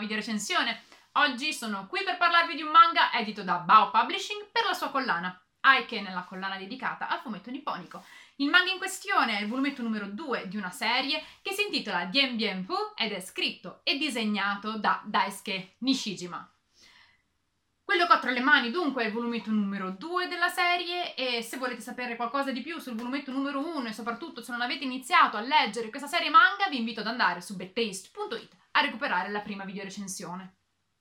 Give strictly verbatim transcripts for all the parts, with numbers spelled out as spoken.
video recensione. Oggi sono qui per parlarvi di un manga edito da Bao Publishing per la sua collana Aiken, la collana dedicata al fumetto nipponico. Il manga in questione è il volumetto numero due di una serie che si intitola Dien Bien Phu ed è scritto e disegnato da Daisuke Nishijima. Quello che ho tra le mani dunque è il volumetto numero due della serie, e se volete sapere qualcosa di più sul volumetto numero uno e soprattutto se non avete iniziato a leggere questa serie manga, vi invito ad andare su bedtaste punto it a recuperare la prima video recensione.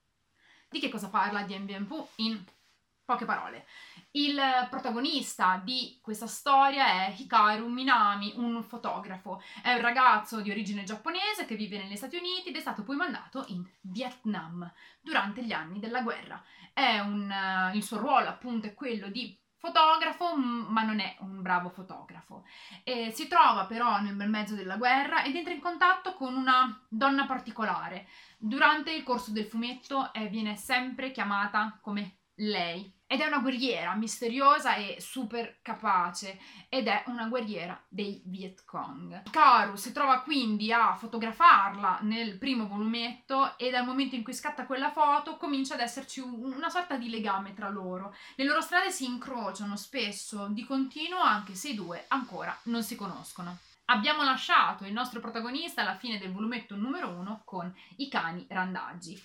Di che cosa parla Dien Bien Phu in poche parole? Il protagonista di questa storia è Hikaru Minami, un fotografo. È un ragazzo di origine giapponese che vive negli Stati Uniti ed è stato poi mandato in Vietnam durante gli anni della guerra. È un, uh, il suo ruolo appunto è quello di fotografo, ma non è un bravo fotografo. E si trova però nel bel mezzo della guerra ed entra in contatto con una donna particolare. Durante il corso del fumetto eh, viene sempre chiamata come lei. Ed è una guerriera misteriosa e super capace, ed è una guerriera dei Viet Cong. Hikaru si trova quindi a fotografarla nel primo volumetto e dal momento in cui scatta quella foto comincia ad esserci una sorta di legame tra loro. Le loro strade si incrociano spesso di continuo, anche se i due ancora non si conoscono. Abbiamo lasciato il nostro protagonista alla fine del volumetto numero uno con i cani randaggi.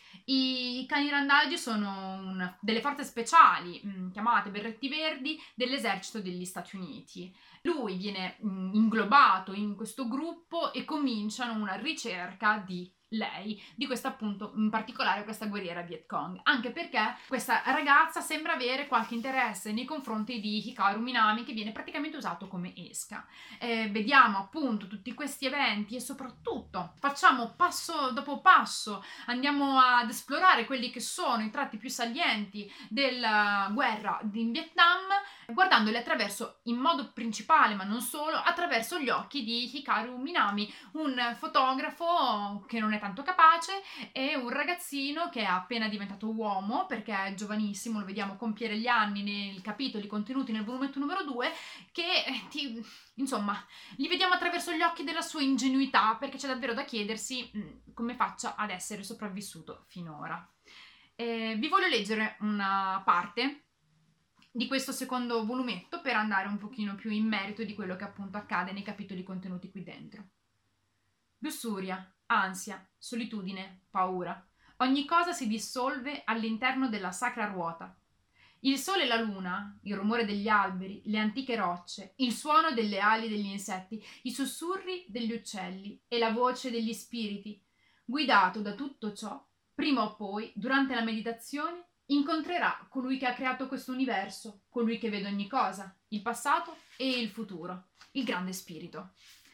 I cani randaggi sono una, delle forze speciali mh, chiamate berretti verdi dell'esercito degli Stati Uniti. Lui viene mh, inglobato in questo gruppo e cominciano una ricerca di lei, di questa appunto in particolare questa guerriera Viet Cong, anche perché questa ragazza sembra avere qualche interesse nei confronti di Hikaru Minami, che viene praticamente usato come esca. Eh, vediamo appunto tutti questi eventi e soprattutto facciamo passo dopo passo, andiamo ad esplorare quelli che sono i tratti più salienti della guerra in Vietnam, guardandoli attraverso, in modo principale ma non solo, attraverso gli occhi di Hikaru Minami, un fotografo che non è tanto capace e un ragazzino che è appena diventato uomo perché è giovanissimo, lo vediamo compiere gli anni nei capitoli contenuti nel volumetto numero due, che ti, insomma li vediamo attraverso gli occhi della sua ingenuità, perché c'è davvero da chiedersi mh, come faccia ad essere sopravvissuto finora. Eh, vi voglio leggere una parte di questo secondo volumetto per andare un pochino più in merito di quello che appunto accade nei capitoli contenuti qui dentro. Lussuria, ansia, solitudine, paura. Ogni cosa si dissolve all'interno della sacra ruota. Il sole e la luna, il rumore degli alberi, le antiche rocce, il suono delle ali degli insetti, i sussurri degli uccelli e la voce degli spiriti. Guidato da tutto ciò, prima o poi, durante la meditazione, incontrerà colui che ha creato questo universo, colui che vede ogni cosa, il passato e il futuro, il grande spirito.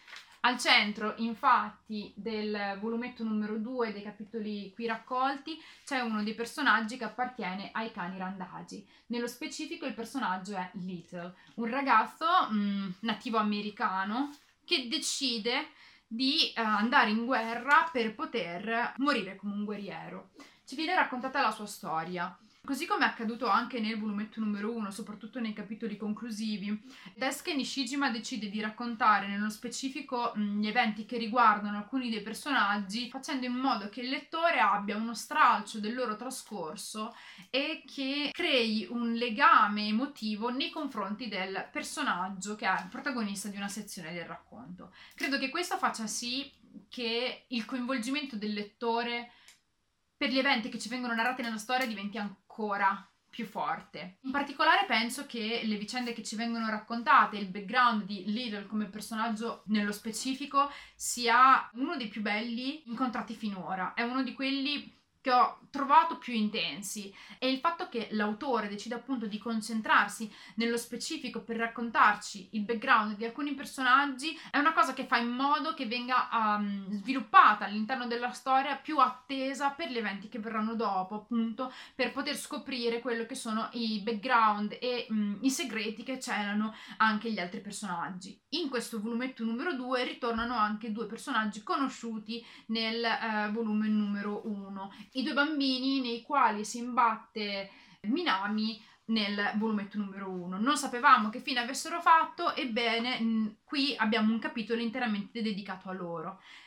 Al centro, infatti, del volumetto numero due dei capitoli qui raccolti c'è uno dei personaggi che appartiene ai cani randagi. Nello specifico il personaggio è Little, un ragazzo mh, nativo americano che decide di uh, andare in guerra per poter morire come un guerriero. Ci viene raccontata la sua storia. Così come è accaduto anche nel volumetto numero uno, soprattutto nei capitoli conclusivi, Daisuke Nishijima decide di raccontare nello specifico mh, gli eventi che riguardano alcuni dei personaggi, facendo in modo che il lettore abbia uno stralcio del loro trascorso e che crei un legame emotivo nei confronti del personaggio che è il protagonista di una sezione del racconto. Credo che questo faccia sì che il coinvolgimento del lettore per gli eventi che ci vengono narrati nella storia diventi ancora più forte. In particolare penso che le vicende che ci vengono raccontate, il background di Little come personaggio nello specifico, sia uno dei più belli incontrati finora. È uno di quelli che ho trovato più intensi, e il fatto che l'autore decida appunto di concentrarsi nello specifico per raccontarci il background di alcuni personaggi è una cosa che fa in modo che venga um, sviluppata all'interno della storia, più attesa per gli eventi che verranno dopo, appunto per poter scoprire quello che sono i background e um, i segreti che celano anche gli altri personaggi. In questo volumetto numero due ritornano anche due personaggi conosciuti nel uh, volume numero uno, i due bambini nei quali si imbatte Minami nel volumetto numero uno. Non sapevamo che fine avessero fatto, ebbene mh, qui abbiamo un capitolo interamente dedicato a loro.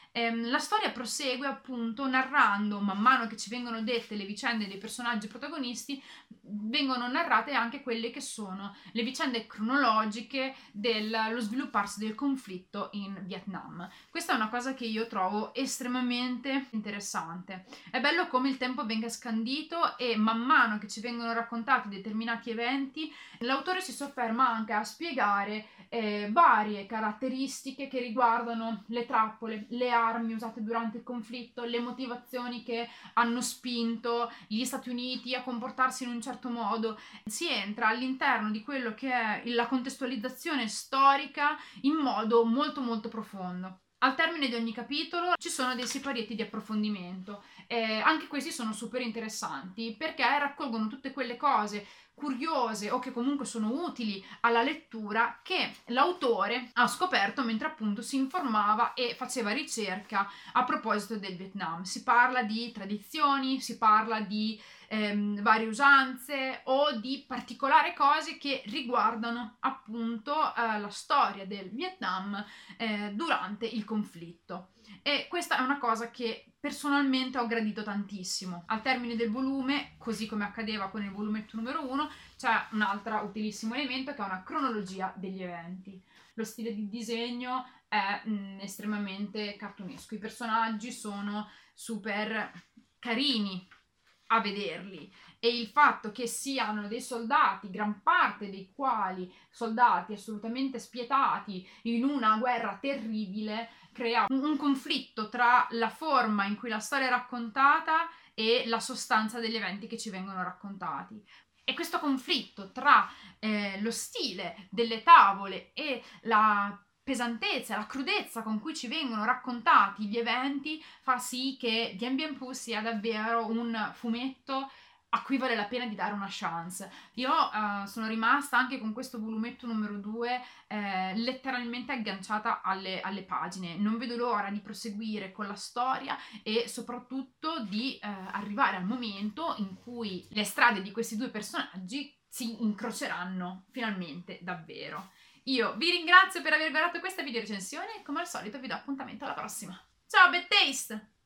Ehm, la storia prosegue appunto narrando, man mano che ci vengono dette le vicende dei personaggi protagonisti, vengono narrate anche quelle che sono le vicende cronologiche dello svilupparsi del conflitto in Vietnam. Questa è una cosa che io trovo estremamente interessante. È bello come il tempo venga scandito e man mano che ci vengono raccontati determinati eventi, l'autore si sofferma anche a spiegare eh, varie caratteristiche che riguardano le trappole, le armi usate durante il conflitto, le motivazioni che hanno spinto gli Stati Uniti a comportarsi in un certo modo. Si entra all'interno di quello che è la contestualizzazione storica in modo molto molto profondo. Al termine di ogni capitolo ci sono dei siparietti di approfondimento. Eh, anche questi sono super interessanti perché raccolgono tutte quelle cose curiose o che comunque sono utili alla lettura che l'autore ha scoperto mentre appunto si informava e faceva ricerca a proposito del Vietnam. Si parla di tradizioni, si parla di ehm, varie usanze o di particolari cose che riguardano appunto eh, la storia del Vietnam eh, durante il conflitto. E questa è una cosa che personalmente ho gradito tantissimo. Al termine del volume, così come accadeva con il volumetto numero uno, c'è un altro utilissimo elemento che è una cronologia degli eventi. Lo stile di disegno è mh, estremamente cartunesco, i personaggi sono super carini a vederli e il fatto che siano dei soldati, gran parte dei quali soldati assolutamente spietati in una guerra terribile, crea un, un conflitto tra la forma in cui la storia è raccontata e la sostanza degli eventi che ci vengono raccontati. E questo conflitto tra eh, lo stile delle tavole e la pesantezza, la crudezza con cui ci vengono raccontati gli eventi fa sì che Dien Bien Phu sia davvero un fumetto a cui vale la pena di dare una chance. Io uh, sono rimasta anche con questo volumetto numero due eh, letteralmente agganciata alle, alle pagine. Non vedo l'ora di proseguire con la storia e soprattutto di eh, arrivare al momento in cui le strade di questi due personaggi si incroceranno finalmente davvero. Io vi ringrazio per aver guardato questa video recensione e come al solito vi do appuntamento alla prossima. Ciao, Bad Taste!